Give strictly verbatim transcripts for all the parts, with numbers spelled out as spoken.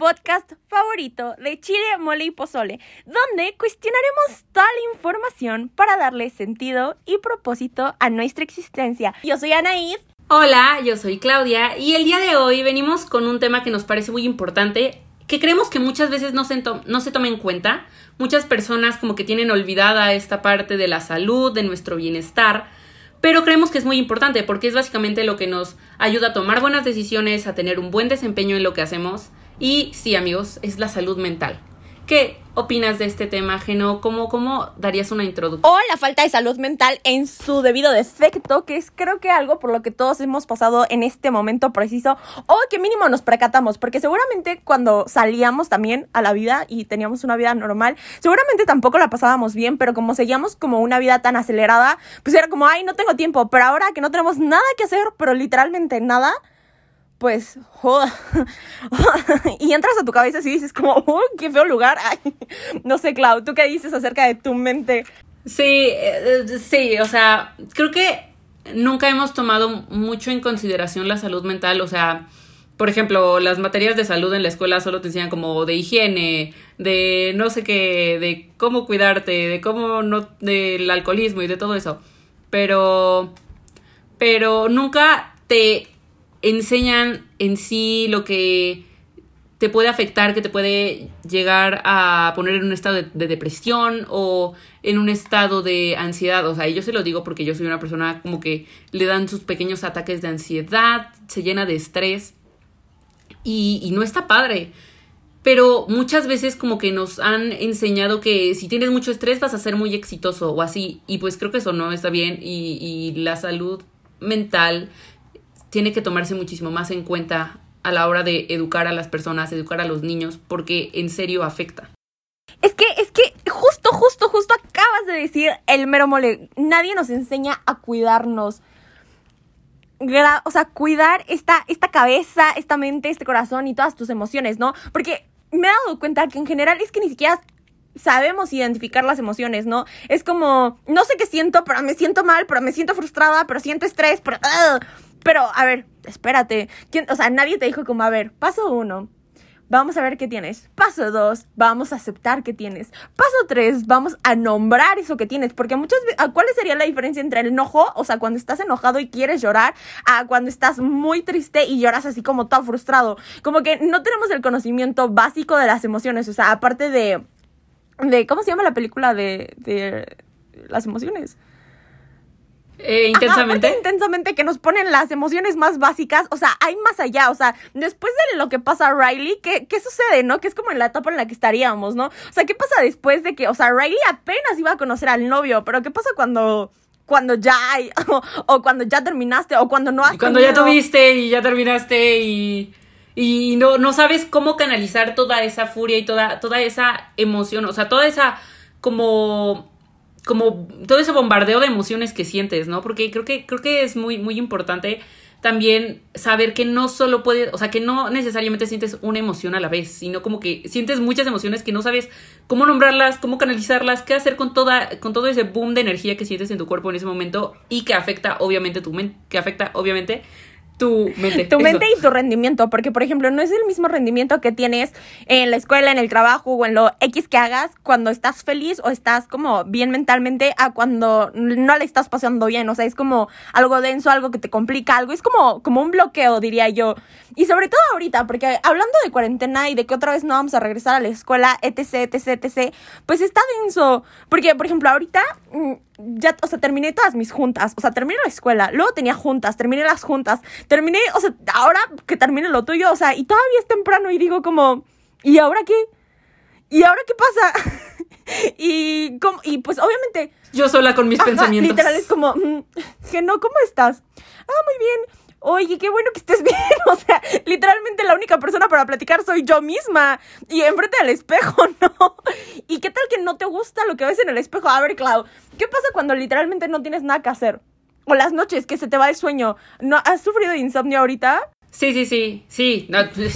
podcast favorito de Chile, Mole y Pozole, donde cuestionaremos toda la información para darle sentido y propósito a nuestra existencia. Yo soy Anaís. Hola, yo soy Claudia y el día de hoy venimos con un tema que nos parece muy importante, que creemos que muchas veces no se, to- no se toma en cuenta. Muchas personas como que tienen olvidada esta parte de la salud, de nuestro bienestar, pero creemos que es muy importante porque es básicamente lo que nos ayuda a tomar buenas decisiones, a tener un buen desempeño en lo que hacemos. Y sí, amigos, es la salud mental. ¿Qué opinas de este tema, Geno? ¿Cómo, cómo darías una introducción? O la falta de salud mental en su debido defecto, que es creo que algo por lo que todos hemos pasado en este momento preciso, o que mínimo nos percatamos, porque seguramente cuando salíamos también a la vida y teníamos una vida normal, seguramente tampoco la pasábamos bien, pero como seguíamos como una vida tan acelerada, pues era como, ay, no tengo tiempo, pero ahora que no tenemos nada que hacer, pero literalmente nada, pues, joda. Y entras a tu cabeza y dices como, uy, qué feo lugar. Ay, no sé, Clau, ¿tú qué dices acerca de tu mente? Sí, eh, sí, o sea, creo que nunca hemos tomado mucho en consideración la salud mental. O sea, por ejemplo, las materias de salud en la escuela solo te enseñan como de higiene, de no sé qué, de cómo cuidarte, de cómo no, del alcoholismo y de todo eso. Pero, pero nunca te enseñan en sí lo que te puede afectar, que te puede llegar a poner en un estado de, de depresión o en un estado de ansiedad. O sea, y yo se lo digo porque yo soy una persona como que le dan sus pequeños ataques de ansiedad, se llena de estrés y, y no está padre. Pero muchas veces como que nos han enseñado que si tienes mucho estrés vas a ser muy exitoso o así. Y pues creo que eso no está bien y, y la salud mental tiene que tomarse muchísimo más en cuenta a la hora de educar a las personas, educar a los niños, porque en serio afecta. Es que, es que justo, justo, justo acabas de decir el mero mole. Nadie nos enseña a cuidarnos. Gra- o sea, cuidar esta, esta cabeza, esta mente, este corazón y todas tus emociones, ¿no? Porque me he dado cuenta que en general es que ni siquiera sabemos identificar las emociones, ¿no? Es como, no sé qué siento, pero me siento mal, pero me siento frustrada, pero siento estrés, pero... Uh, pero, a ver, espérate. ¿Quién? O sea, nadie te dijo como, a ver, paso uno, vamos a ver qué tienes. Paso dos, vamos a aceptar qué tienes. Paso tres, vamos a nombrar eso que tienes. Porque muchas veces, ¿cuál sería la diferencia entre el enojo? O sea, cuando estás enojado y quieres llorar, a cuando estás muy triste y lloras así como todo frustrado. Como que no tenemos el conocimiento básico de las emociones. O sea, aparte de... de ¿cómo se llama la película de, de las emociones? Eh, intensamente. Ajá, intensamente, que nos ponen las emociones más básicas. O sea, hay más allá. O sea, después de lo que pasa a Riley, ¿qué, qué sucede, no? Que es como en la etapa en la que estaríamos, ¿no? O sea, ¿qué pasa después de que, o sea, Riley apenas iba a conocer al novio, pero ¿qué pasa cuando... cuando ya hay, o, o cuando ya terminaste, o cuando no has Cuando tenido? ya tuviste y ya terminaste y... y no, no sabes cómo canalizar toda esa furia y toda, toda esa emoción, o sea, toda esa como... como todo ese bombardeo de emociones que sientes, ¿no? Porque creo que, creo que es muy, muy importante también saber que no solo puedes, o sea, que no necesariamente sientes una emoción a la vez, sino como que sientes muchas emociones que no sabes cómo nombrarlas, cómo canalizarlas, qué hacer con toda, con todo ese boom de energía que sientes en tu cuerpo en ese momento y que afecta obviamente tu mente, que afecta obviamente tu mente. Tu mente Eso. y tu rendimiento, porque, por ejemplo, no es el mismo rendimiento que tienes en la escuela, en el trabajo o en lo X que hagas cuando estás feliz o estás como bien mentalmente a cuando no le estás pasando bien. O sea, es como algo denso, algo que te complica, algo. Es como, como un bloqueo, diría yo. Y sobre todo ahorita, porque hablando de cuarentena y de que otra vez no vamos a regresar a la escuela, etc, etc, etc, pues está denso. Porque, por ejemplo, ahorita... ya, o sea, terminé todas mis juntas, o sea, terminé la escuela, luego tenía juntas, terminé las juntas, terminé, o sea, ahora que termine lo tuyo, o sea, y todavía es temprano y digo como, ¿y ahora qué? ¿Y ahora qué pasa? y, como, y pues obviamente... Yo sola con mis ajá, pensamientos. Literal es como, Geno, ¿cómo estás? Ah, muy bien. Oye, qué bueno que estés bien. O sea, literalmente la única persona para platicar soy yo misma. Y enfrente del espejo, ¿no? ¿Y qué tal que no te gusta lo que ves en el espejo? A ver, Clau, ¿qué pasa cuando literalmente no tienes nada que hacer? O las noches que se te va el sueño. ¿No has sufrido de insomnio ahorita? Sí, sí, sí, sí. No, sí.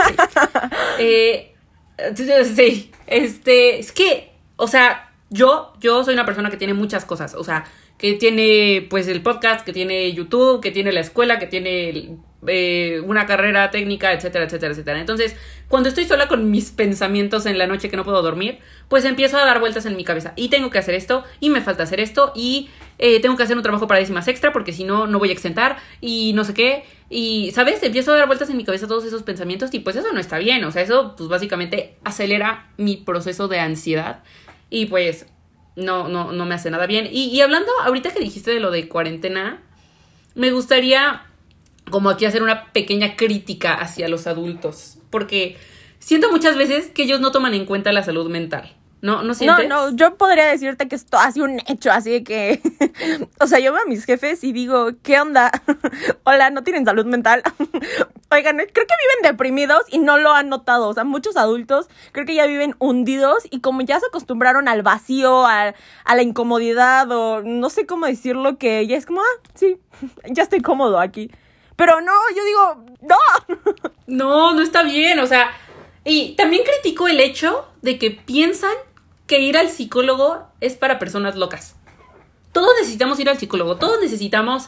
eh, sí, este, es que, o sea, yo, yo soy una persona que tiene muchas cosas, o sea, que tiene, pues, el podcast, que tiene YouTube, que tiene la escuela, que tiene el, eh, una carrera técnica, etcétera, etcétera, etcétera. Entonces, cuando estoy sola con mis pensamientos en la noche que no puedo dormir, pues empiezo a dar vueltas en mi cabeza. Y tengo que hacer esto, y me falta hacer esto, y eh, tengo que hacer un trabajo para décimas extra, porque si no, no voy a exentar, y no sé qué. Y, ¿sabes? Empiezo a dar vueltas en mi cabeza todos esos pensamientos, y pues eso no está bien. O sea, eso, pues básicamente acelera mi proceso de ansiedad. Y pues, no, no, no me hace nada bien. Y, y hablando, ahorita que dijiste de lo de cuarentena, me gustaría como aquí hacer una pequeña crítica hacia los adultos, porque siento muchas veces que ellos no toman en cuenta la salud mental. ¿No, no sientes? No, no, yo podría decirte que esto ha sido un hecho, así de que, o sea, yo veo a mis jefes y digo, ¿qué onda? Hola, ¿no tienen salud mental? Oigan, creo que viven deprimidos y no lo han notado, o sea, muchos adultos creo que ya viven hundidos y como ya se acostumbraron al vacío, a, a la incomodidad o no sé cómo decirlo, que ya es como, ah, sí, ya estoy cómodo aquí. Pero no, yo digo, no. No, no está bien, o sea, y también critico el hecho de que piensan que ir al psicólogo es para personas locas. Todos necesitamos ir al psicólogo, todos necesitamos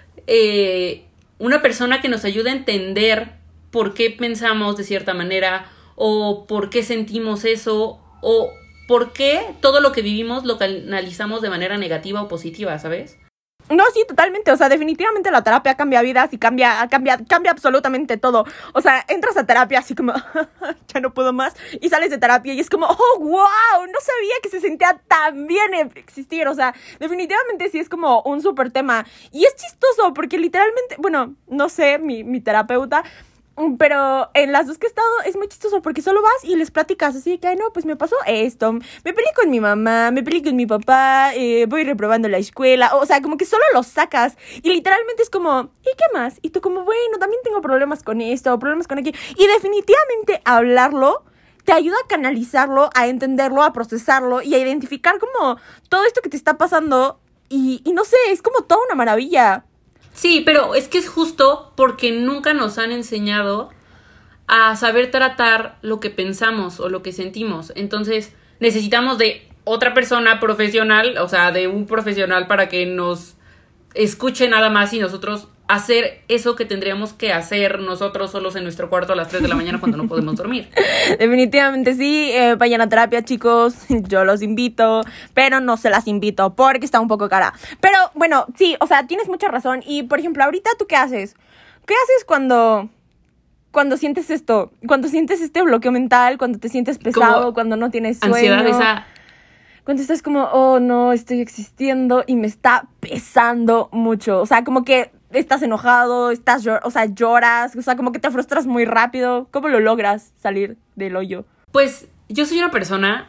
eh, una persona que nos ayude a entender por qué pensamos de cierta manera, o por qué sentimos eso, o por qué todo lo que vivimos lo canalizamos de manera negativa o positiva, ¿sabes? No, sí, totalmente, o sea, definitivamente la terapia cambia vidas y cambia, cambia, cambia absolutamente todo. O sea, entras a terapia así como, ya no puedo más, y sales de terapia y es como, oh, wow, no sabía que se sentía tan bien existir. O sea, definitivamente sí es como un súper tema. Y es chistoso porque literalmente, bueno, no sé, mi, mi terapeuta... Pero en las dos que he estado es muy chistoso porque solo vas y les platicas así que, no, pues me pasó esto, me peleé con mi mamá, me peleé con mi papá, eh, voy reprobando la escuela, o sea, como que solo los sacas y literalmente es como, ¿y qué más? Y tú como, bueno, también tengo problemas con esto, problemas con aquí, y definitivamente hablarlo te ayuda a canalizarlo, a entenderlo, a procesarlo y a identificar como todo esto que te está pasando y, y no sé, es como toda una maravilla. Sí, pero es que es justo porque nunca nos han enseñado a saber tratar lo que pensamos o lo que sentimos. Entonces, necesitamos de otra persona profesional, o sea, de un profesional para que nos escuche nada más y nosotros hacer eso que tendríamos que hacer nosotros solos en nuestro cuarto a las tres de la mañana cuando no podemos dormir. Definitivamente sí, eh, vayan a terapia, chicos, yo los invito, pero no se las invito porque está un poco cara. Pero bueno, sí, o sea, tienes mucha razón y, por ejemplo, ahorita, ¿tú qué haces? ¿Qué haces cuando... Cuando sientes esto, cuando sientes este bloqueo mental, cuando te sientes pesado, como cuando no tienes sueño? Ansiedad, esa... Cuando estás como, oh, no, estoy existiendo y me está pesando mucho. O sea, como que estás enojado, estás llor- o sea, lloras, o sea, como que te frustras muy rápido. ¿Cómo lo logras salir del hoyo? Pues yo soy una persona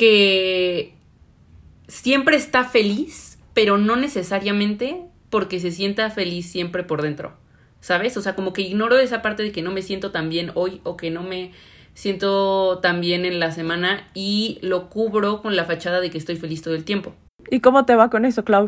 que siempre está feliz, pero no necesariamente porque se sienta feliz siempre por dentro, ¿sabes? O sea, como que ignoro esa parte de que no me siento tan bien hoy o que no me siento tan bien en la semana y lo cubro con la fachada de que estoy feliz todo el tiempo. ¿Y cómo te va con eso, Clau?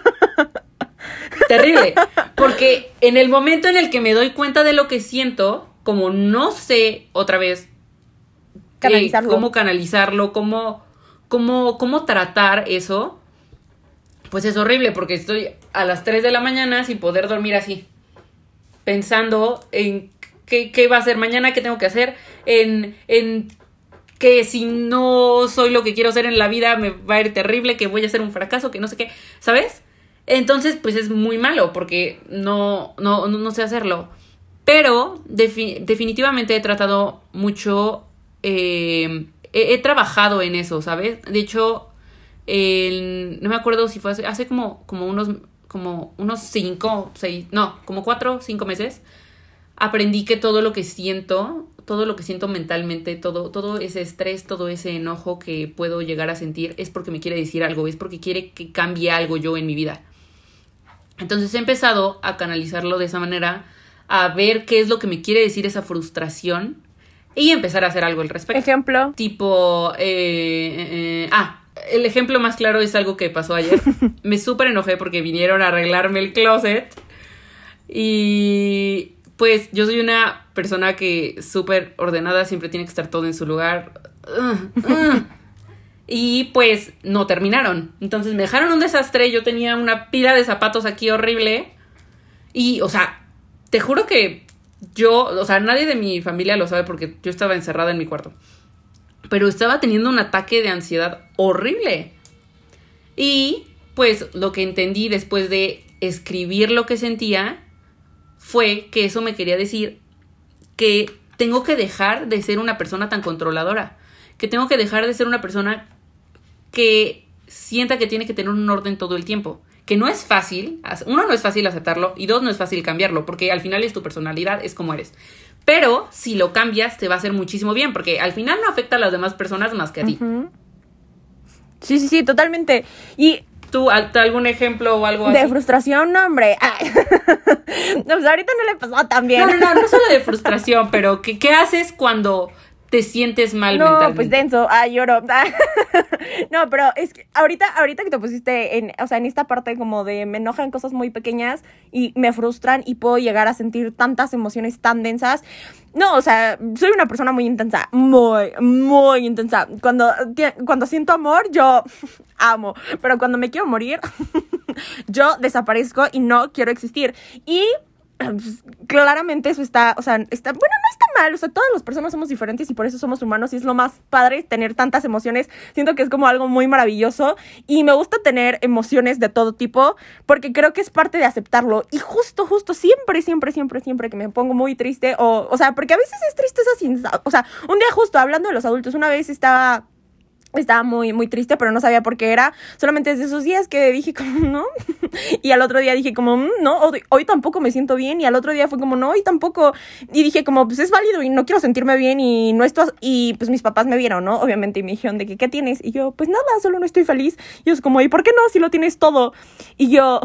Terrible, porque en el momento en el que me doy cuenta de lo que siento, como no sé otra vez canalizarlo. Eh, cómo canalizarlo, cómo, cómo, cómo tratar eso, pues es horrible porque estoy a las tres de la mañana sin poder dormir así, pensando en qué, qué va a hacer mañana, qué tengo que hacer, en, en que si no soy lo que quiero ser en la vida me va a ir terrible, que voy a ser un fracaso, que no sé qué, ¿sabes? Entonces, pues es muy malo porque no, no, no, no sé hacerlo. Pero defi- definitivamente he tratado mucho, eh, he, he trabajado en eso, ¿sabes? De hecho, el, no me acuerdo si fue hace, hace como, como unos, como unos cinco, seis, no, como cuatro, cinco meses, aprendí que todo lo que siento, todo lo que siento mentalmente, todo, todo ese estrés, todo ese enojo que puedo llegar a sentir es porque me quiere decir algo, es porque quiere que cambie algo yo en mi vida. Entonces he empezado a canalizarlo de esa manera, a ver qué es lo que me quiere decir esa frustración y empezar a hacer algo al respecto. ¿Ejemplo? Tipo, eh, eh, ah, el ejemplo más claro es algo que pasó ayer. Me súper enojé porque vinieron a arreglarme el closet y pues yo soy una persona que súper ordenada, siempre tiene que estar todo en su lugar. Uh, uh. Y pues no terminaron. Entonces me dejaron un desastre. Yo tenía una pila de zapatos aquí horrible. Y, o sea, te juro que yo, o sea, nadie de mi familia lo sabe porque yo estaba encerrada en mi cuarto. Pero estaba teniendo un ataque de ansiedad horrible. Y pues lo que entendí después de escribir lo que sentía fue que eso me quería decir que tengo que dejar de ser una persona tan controladora. Que tengo que dejar de ser una persona que sienta que tiene que tener un orden todo el tiempo. Que no es fácil, uno, no es fácil aceptarlo, y dos, no es fácil cambiarlo, porque al final es tu personalidad, es como eres. Pero si lo cambias, te va a hacer muchísimo bien, porque al final no afecta a las demás personas más que a ti. Uh-huh. Sí, sí, sí, totalmente. Y ¿tú algún ejemplo o algo así? De frustración, no, hombre. Ay. No, pues ahorita no le pasó tan bien. No, no, no, no solo de frustración, pero ¿qué, qué haces cuando te sientes mal no, mentalmente? No, pues denso. Ay, lloro. No, pero es que ahorita, ahorita que te pusiste en, o sea, en esta parte como de me enojan cosas muy pequeñas y me frustran y puedo llegar a sentir tantas emociones tan densas. No, o sea, soy una persona muy intensa, muy, muy intensa. Cuando, cuando siento amor, yo amo, pero cuando me quiero morir, yo desaparezco y no quiero existir. Y pues, claramente eso está, o sea, está, bueno, no está mal, o sea, todas las personas somos diferentes y por eso somos humanos y es lo más padre tener tantas emociones. Siento que es como algo muy maravilloso y me gusta tener emociones de todo tipo porque creo que es parte de aceptarlo. Y justo, justo, siempre, siempre, siempre, siempre que me pongo muy triste o, o sea, porque a veces es tristeza sin, o sea, un día justo hablando de los adultos, una vez estaba... Estaba muy, muy triste, pero no sabía por qué era. Solamente es de esos días que dije como, no. Y al otro día dije como, no, hoy, hoy tampoco me siento bien. Y al otro día fue como, no, hoy tampoco. Y dije como, pues es válido y no quiero sentirme bien y no esto. Y pues mis papás me vieron, ¿no? Obviamente, y me dijeron de que, ¿qué tienes? Y yo, pues nada, solo no estoy feliz. Y ellos como, ¿y por qué no? Si lo tienes todo. Y yo,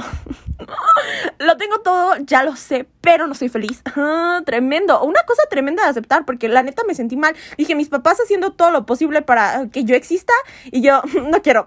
lo tengo todo, ya lo sé, pero no soy feliz. Ah, tremendo. Una cosa tremenda de aceptar, porque la neta me sentí mal. Dije, mis papás haciendo todo lo posible para que yo exista. Y yo, no quiero.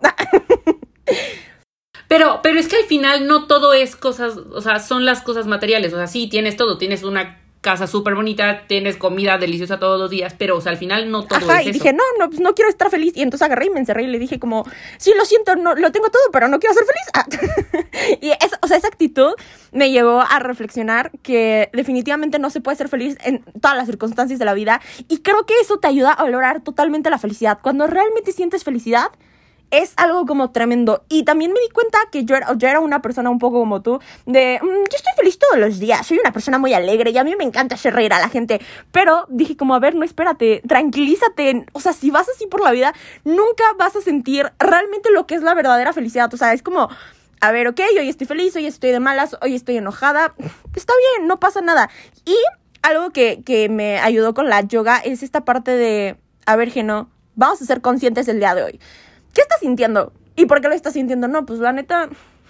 Pero, pero es que al final no todo es cosas, o sea, son las cosas materiales. O sea, sí, tienes todo, tienes una casa súper bonita, tienes comida deliciosa todos los días, pero, o sea, al final no todo Ajá, es y eso. dije, no, no, pues no quiero estar feliz. Y entonces agarré y me encerré y le dije como, sí, lo siento, no, lo tengo todo, pero no quiero ser feliz. Ah. Y es, o sea, esa actitud me llevó a reflexionar que definitivamente no se puede ser feliz en todas las circunstancias de la vida. Y creo que eso te ayuda a valorar totalmente la felicidad. Cuando realmente sientes felicidad, es algo como tremendo. Y también me di cuenta que yo era, yo era una persona un poco como tú, de, mmm, yo estoy feliz todos los días, soy una persona muy alegre y a mí me encanta hacer reír a la gente. Pero dije como, a ver, no, espérate, tranquilízate. O sea, si vas así por la vida, nunca vas a sentir realmente lo que es la verdadera felicidad. O sea, es como, a ver, ok, hoy estoy feliz, hoy estoy de malas, hoy estoy enojada. Está bien, no pasa nada. Y algo que, que me ayudó con la yoga es esta parte de, a ver, Geno, vamos a ser conscientes del día de hoy. ¿Qué estás sintiendo? ¿Y por qué lo estás sintiendo? No, pues la neta,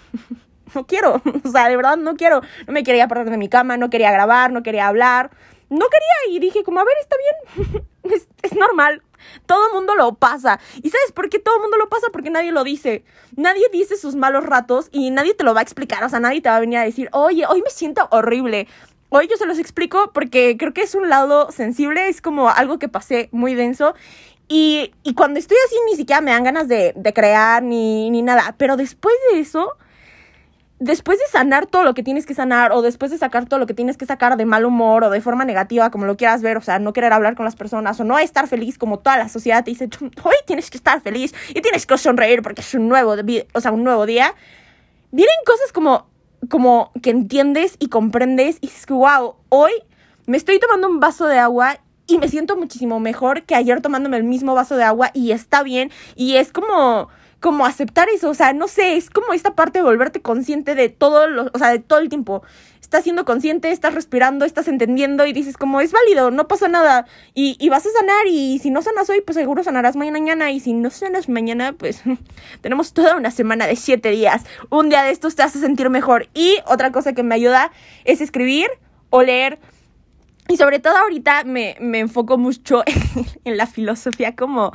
no quiero. O sea, de verdad no quiero. No me quería parar de mi cama, no quería grabar, no quería hablar. No quería y dije como, a ver, está bien. es, es normal. Todo el mundo lo pasa. ¿Y sabes por qué todo el mundo lo pasa? Porque nadie lo dice. Nadie dice sus malos ratos y nadie te lo va a explicar. O sea, nadie te va a venir a decir, oye, hoy me siento horrible. Hoy yo se los explico porque creo que es un lado sensible. Es como algo que pasé muy denso. Y, y cuando estoy así ni siquiera me dan ganas de, de crear ni, ni nada. Pero después de eso, después de sanar todo lo que tienes que sanar o después de sacar todo lo que tienes que sacar de mal humor o de forma negativa, como lo quieras ver, o sea, no querer hablar con las personas o no estar feliz como toda la sociedad te dice, hoy tienes que estar feliz y tienes que sonreír porque es un nuevo, o sea, un nuevo día. Vienen cosas como, como que entiendes y comprendes y dices, wow, hoy me estoy tomando un vaso de agua y me siento muchísimo mejor que ayer tomándome el mismo vaso de agua y está bien. Y es como, como aceptar eso. O sea, no sé, es como esta parte de volverte consciente de todo, lo, o sea, de todo el tiempo. Estás siendo consciente, estás respirando, estás entendiendo y dices como es válido, no pasa nada. Y, y vas a sanar y si no sanas hoy, pues seguro sanarás mañana. Y si no sanas mañana, pues tenemos toda una semana de siete días. Un día de estos te hace sentir mejor. Y otra cosa que me ayuda es escribir o leer. Y sobre todo ahorita me, me enfoco mucho en, en la filosofía como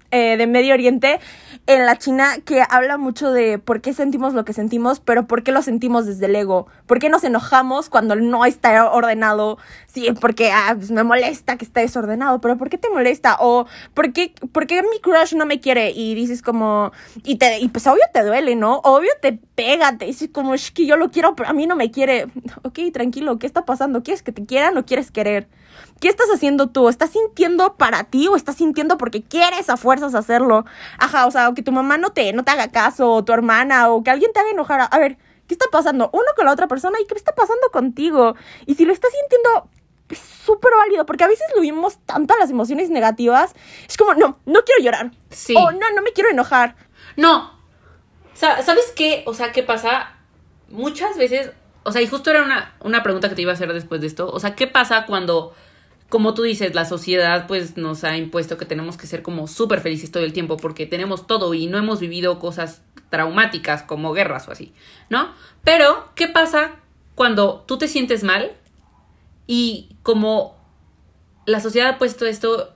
eh, de Medio Oriente, en la China, que habla mucho de por qué sentimos lo que sentimos, pero por qué lo sentimos desde el ego. ¿Por qué nos enojamos cuando no está ordenado? Sí, porque ah, pues me molesta que esté desordenado, pero ¿por qué te molesta? O ¿por qué, por qué mi crush no me quiere? Y dices como, y, te, y pues obvio te duele, ¿no? Obvio te pega, te dices como, es que yo lo quiero, pero a mí no me quiere. Ok, tranquilo, ¿qué está pasando? ¿Quieres que te quieran o quieres querer? ¿Qué estás haciendo tú? ¿Estás sintiendo para ti o estás sintiendo porque quieres a fuerzas hacerlo? Ajá, o sea, o que tu mamá no te, no te haga caso, o tu hermana, o que alguien te haga enojar. A ver, ¿qué está pasando? Uno con la otra persona y qué está pasando contigo. Y si lo estás sintiendo, es súper válido, porque a veces lo vimos tanto a las emociones negativas. Es como, no, no quiero llorar. Sí. O no, no me quiero enojar. No. ¿Sabes qué? O sea, ¿qué pasa? Muchas veces, o sea, y justo era una, una pregunta que te iba a hacer después de esto. O sea, ¿qué pasa cuando, como tú dices, la sociedad pues nos ha impuesto que tenemos que ser como súper felices todo el tiempo porque tenemos todo y no hemos vivido cosas traumáticas como guerras o así, ¿no? Pero, ¿qué pasa cuando tú te sientes mal y como la sociedad ha puesto esto,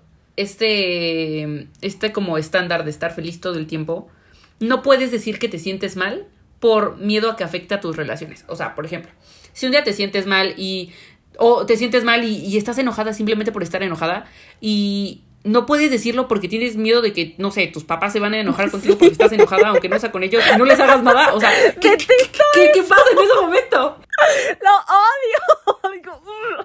este, este como estándar de estar feliz todo el tiempo, no puedes decir que te sientes mal por miedo a que afecte a tus relaciones? O sea, por ejemplo, si un día te sientes mal y o te sientes mal y, y estás enojada simplemente por estar enojada y no puedes decirlo porque tienes miedo de que, no sé, tus papás se van a enojar contigo porque estás enojada, aunque no sea con ellos, y no les hagas nada. O sea, ¿qué, qué, qué, ¿qué pasa en ese momento? ¡Lo odio!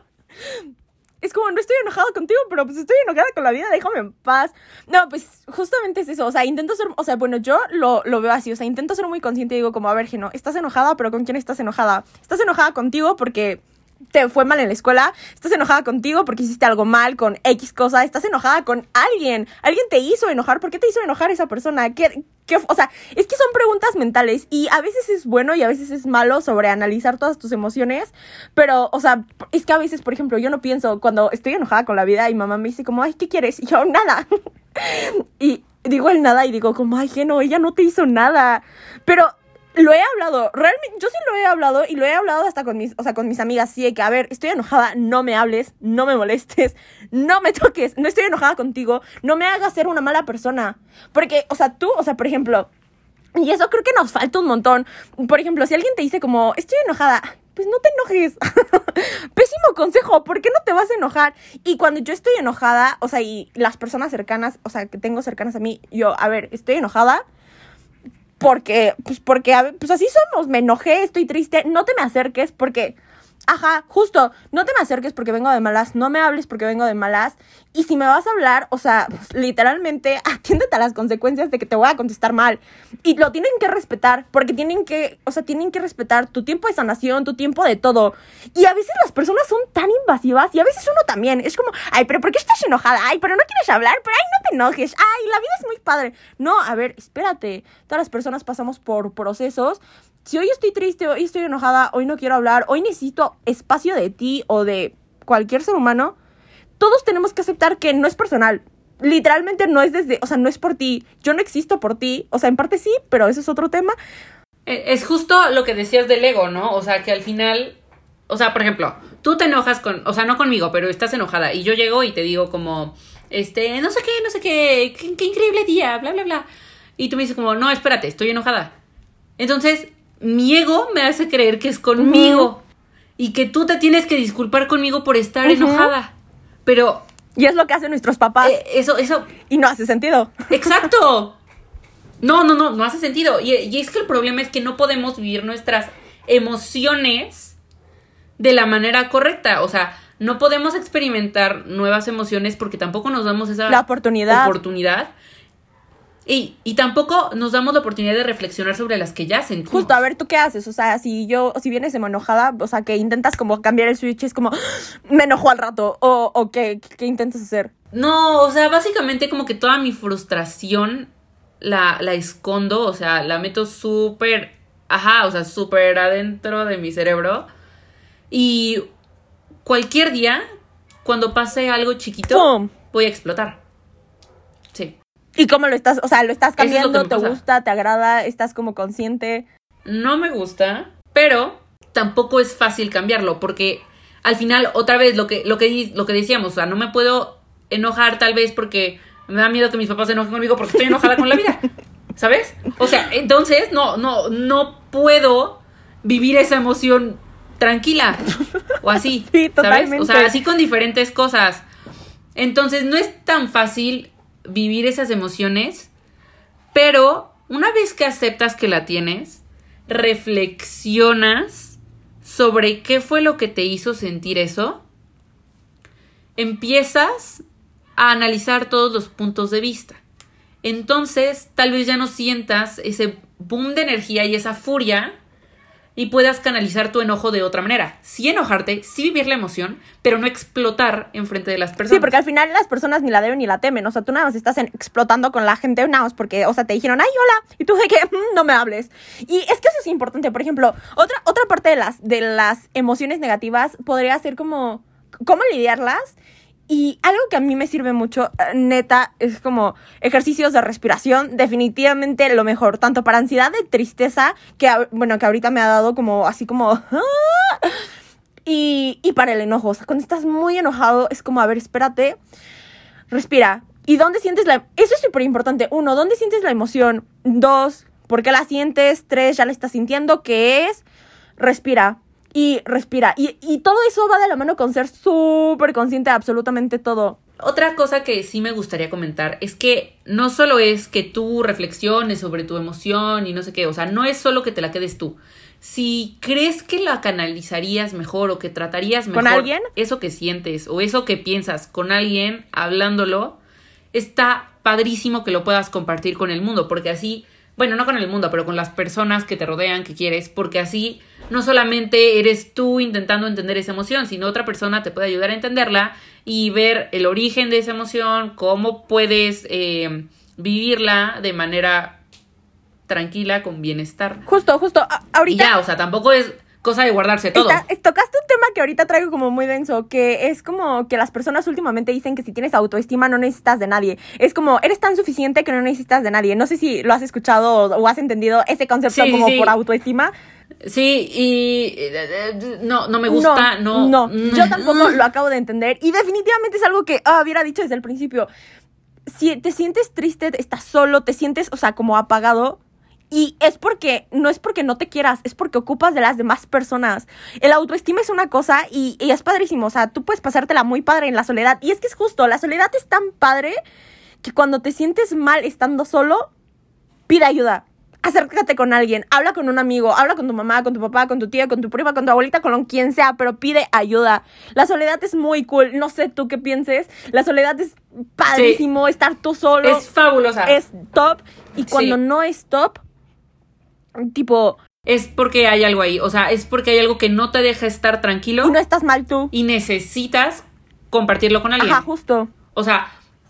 Es como, no estoy enojada contigo, pero pues estoy enojada con la vida, déjame en paz. No, pues justamente es eso, o sea, intento ser, o sea, bueno, yo lo, lo veo así, o sea, intento ser muy consciente y digo como, a ver, Geno, estás enojada, pero ¿con quién estás enojada? Estás enojada contigo porque te fue mal en la escuela, estás enojada contigo porque hiciste algo mal con X cosa, estás enojada con alguien, alguien te hizo enojar, ¿por qué te hizo enojar esa persona? ¿Qué, qué, o sea, es que son preguntas mentales y a veces es bueno y a veces es malo sobreanalizar todas tus emociones, pero, o sea, es que a veces, por ejemplo, yo no pienso, cuando estoy enojada con la vida y mamá me dice como, ay, ¿qué quieres? Y yo, nada. Y digo el nada y digo como, ay, que no, ella no te hizo nada, pero lo he hablado, realmente, yo sí lo he hablado y lo he hablado hasta con mis, o sea, con mis amigas, sí, de que, a ver, estoy enojada, no me hables, no me molestes, no me toques, no estoy enojada contigo, no me hagas ser una mala persona, porque, o sea, tú, o sea, por ejemplo, y eso creo que nos falta un montón, por ejemplo, si alguien te dice como, estoy enojada, pues no te enojes, pésimo consejo, ¿por qué no te vas a enojar? Y cuando yo estoy enojada, o sea, y las personas cercanas, o sea, que tengo cercanas a mí, yo, a ver, estoy enojada, Porque, pues porque, pues así somos, me enojé, estoy triste, no te me acerques porque, ajá, justo, no te me acerques porque vengo de malas, no me hables porque vengo de malas, y si me vas a hablar, o sea, pues, literalmente, atiéndete a las consecuencias de que te voy a contestar mal, y lo tienen que respetar, porque tienen que, o sea, tienen que respetar tu tiempo de sanación, tu tiempo de todo, y a veces las personas son tan invasivas, y a veces uno también, es como, ay, pero ¿por qué estás enojada? Ay, pero no quieres hablar, pero ay, no te enojes, ay, la vida es muy padre. No, a ver, espérate, todas las personas pasamos por procesos. Si hoy estoy triste, hoy estoy enojada, hoy no quiero hablar, hoy necesito espacio de ti o de cualquier ser humano, todos tenemos que aceptar que no es personal. Literalmente no es desde, o sea, no es por ti. Yo no existo por ti. O sea, en parte sí, pero eso es otro tema. Es justo lo que decías del ego, ¿no? O sea, que al final, o sea, por ejemplo, tú te enojas con, o sea, no conmigo, pero estás enojada y yo llego y te digo como, este, no sé qué, no sé qué, qué, qué increíble día, bla, bla, bla. Y tú me dices como, no, espérate, estoy enojada. Entonces, mi ego me hace creer que es conmigo. Uh-huh. Y que tú te tienes que disculpar conmigo por estar uh-huh. enojada. Pero... Y es lo que hacen nuestros papás. Eh, eso, eso... Y no hace sentido. ¡Exacto! No, no, no, no hace sentido. Y, y es que el problema es que no podemos vivir nuestras emociones de la manera correcta. O sea, no podemos experimentar nuevas emociones porque tampoco nos damos esa... La oportunidad. oportunidad. Y, y tampoco nos damos la oportunidad de reflexionar sobre las que ya sentimos. Justo, a ver, ¿tú qué haces? O sea, si yo, si vienes enojada, o sea, que intentas como cambiar el switch, es como, me enojó al rato, o, o ¿qué, qué intentas hacer? No, o sea, básicamente como que toda mi frustración la, la escondo, o sea, la meto súper, ajá, o sea, súper adentro de mi cerebro. Y cualquier día, cuando pase algo chiquito, ¡pum!, voy a explotar. Sí. ¿Y cómo lo estás? O sea, ¿lo estás cambiando? ¿Te gusta? ¿Te agrada? ¿Estás como consciente? No me gusta, pero tampoco es fácil cambiarlo, porque al final, otra vez, lo que, lo que, lo que decíamos, o sea, no me puedo enojar tal vez porque Me da miedo que mis papás se enojen conmigo porque estoy enojada con la vida, ¿sabes? O sea, entonces no, no, no puedo vivir esa emoción tranquila o así, sí, ¿sabes? O sea, así con diferentes cosas. Entonces no es tan fácil vivir esas emociones, pero una vez que aceptas que la tienes, reflexionas sobre qué fue lo que te hizo sentir eso, empiezas a analizar todos los puntos de vista. Entonces, tal vez ya no sientas ese boom de energía y esa furia y puedas canalizar tu enojo de otra manera. Sí enojarte, sí vivir la emoción, pero no explotar enfrente de las personas. Sí, porque al final las personas ni la deben ni la temen. O sea, tú nada más estás en, explotando con la gente nada más porque, o sea, te dijeron, ay, hola, y tú de que mmm, no me hables. Y es que eso es importante. Por ejemplo, otra, otra parte de las, de las emociones negativas podría ser como, ¿cómo lidiarlas? Y algo que a mí me sirve mucho, neta, es como ejercicios de respiración, definitivamente lo mejor, tanto para ansiedad de tristeza, que bueno, que ahorita me ha dado como, así como, y, y para el enojo, o sea, cuando estás muy enojado, es como, a ver, espérate, respira, ¿y dónde sientes la, eso es súper importante, uno, ¿dónde sientes la emoción? Dos, ¿por qué la sientes? Tres, ¿ya la estás sintiendo? ¿Qué es? Respira. Y respira. Y, y todo eso va de la mano con ser súper consciente de absolutamente todo. Otra cosa que sí me gustaría comentar es que no solo es que tú reflexiones sobre tu emoción y no sé qué, o sea, no es solo que te la quedes tú. Si crees que la canalizarías mejor o que tratarías mejor ¿con alguien? Eso que sientes o eso que piensas con alguien hablándolo, está padrísimo que lo puedas compartir con el mundo, porque así, bueno, no con el mundo, pero con las personas que te rodean, que quieres, porque así no solamente eres tú intentando entender esa emoción, sino otra persona te puede ayudar a entenderla y ver el origen de esa emoción, cómo puedes eh, vivirla de manera tranquila, con bienestar. Justo, justo, a- ahorita... Y ya, o sea, tampoco es cosa de guardarse todo. Está, tocaste un tema que ahorita traigo como muy denso, que es como que las personas últimamente dicen que si tienes autoestima no necesitas de nadie. Es como, eres tan suficiente que no necesitas de nadie. No sé si lo has escuchado o has entendido ese concepto Sí, como sí. por autoestima. Sí, y eh, no, no me gusta, no. No, no, yo tampoco lo acabo de entender y definitivamente es algo que ah, hubiera dicho desde el principio. Si te sientes triste, estás solo, te sientes, o sea, como apagado, y es porque, no es porque no te quieras, es porque ocupas de las demás personas. El autoestima es una cosa y, y es padrísimo, o sea, tú puedes pasártela muy padre en la soledad, y es que es justo, la soledad es tan padre que cuando te sientes mal estando solo, pide ayuda. Acércate con alguien, habla con un amigo, habla con tu mamá, con tu papá, con tu tía, con tu prima, con tu abuelita, con quien sea, pero pide ayuda. La soledad es muy cool, no sé tú qué pienses. La soledad es padrísimo, sí. Estar tú solo. Es fabulosa. Es top, y cuando sí. no es top, tipo... Es porque hay algo ahí, o sea, es porque hay algo que no te deja estar tranquilo. Y no estás mal tú. Y necesitas compartirlo con alguien. Ajá, justo. O sea...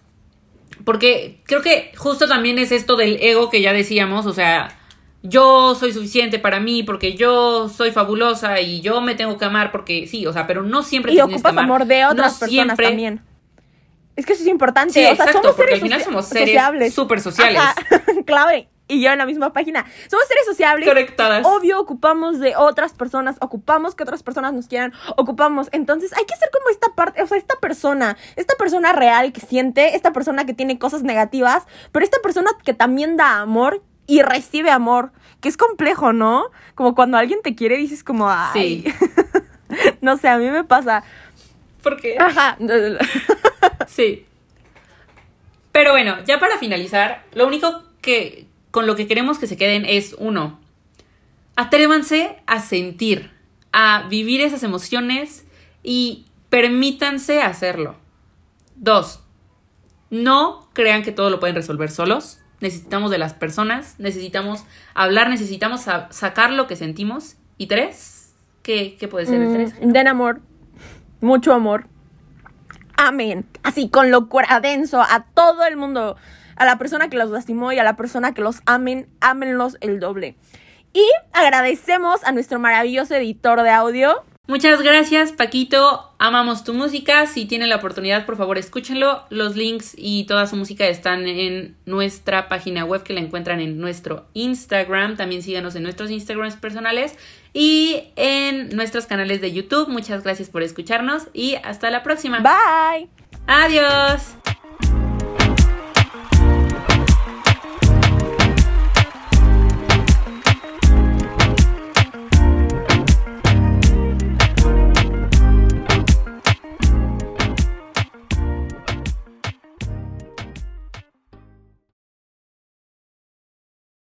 Porque creo que justo también es esto del ego que ya decíamos, o sea, yo soy suficiente para mí porque yo soy fabulosa y yo me tengo que amar porque sí, o sea, pero no siempre y te tienes que ocupas amar. amor de otras no personas siempre... también. Es que eso es importante. Sí, o sea, exacto, somos porque seres al final soci- somos seres sociables. súper sociales. Ajá, clave. Y yo en la misma página. Somos seres sociables. Conectadas. Obvio, ocupamos de otras personas, ocupamos que otras personas nos quieran, ocupamos. Entonces hay que ser como esta parte, o sea, esta persona, esta persona real que siente, esta persona que tiene cosas negativas, pero esta persona que también da amor y recibe amor, que es complejo, ¿no? Como cuando alguien te quiere dices como, ay. Sí. No sé, a mí me pasa. ¿Por qué? Ajá. Sí. Pero bueno, ya para finalizar, lo único que con lo que queremos que se queden es, uno, atrévanse a sentir, a vivir esas emociones y permítanse hacerlo. Dos, no crean que todo lo pueden resolver solos. Necesitamos de las personas, necesitamos hablar, necesitamos sa- sacar lo que sentimos. Y tres, ¿qué, qué puede ser el tres? Mm, den amor, mucho amor. Amén. Así, con locura denso a todo el mundo. A la persona que los lastimó y a la persona que los amen, ámenlos el doble. Y agradecemos a nuestro maravilloso editor de audio. Muchas gracias, Paquito. Amamos tu música. Si tienen la oportunidad, por favor, escúchenlo. Los links y toda su música están en nuestra página web, que la encuentran en nuestro Instagram. También síganos en nuestros Instagrams personales y en nuestros canales de YouTube. Muchas gracias por escucharnos y hasta la próxima. Bye. Adiós.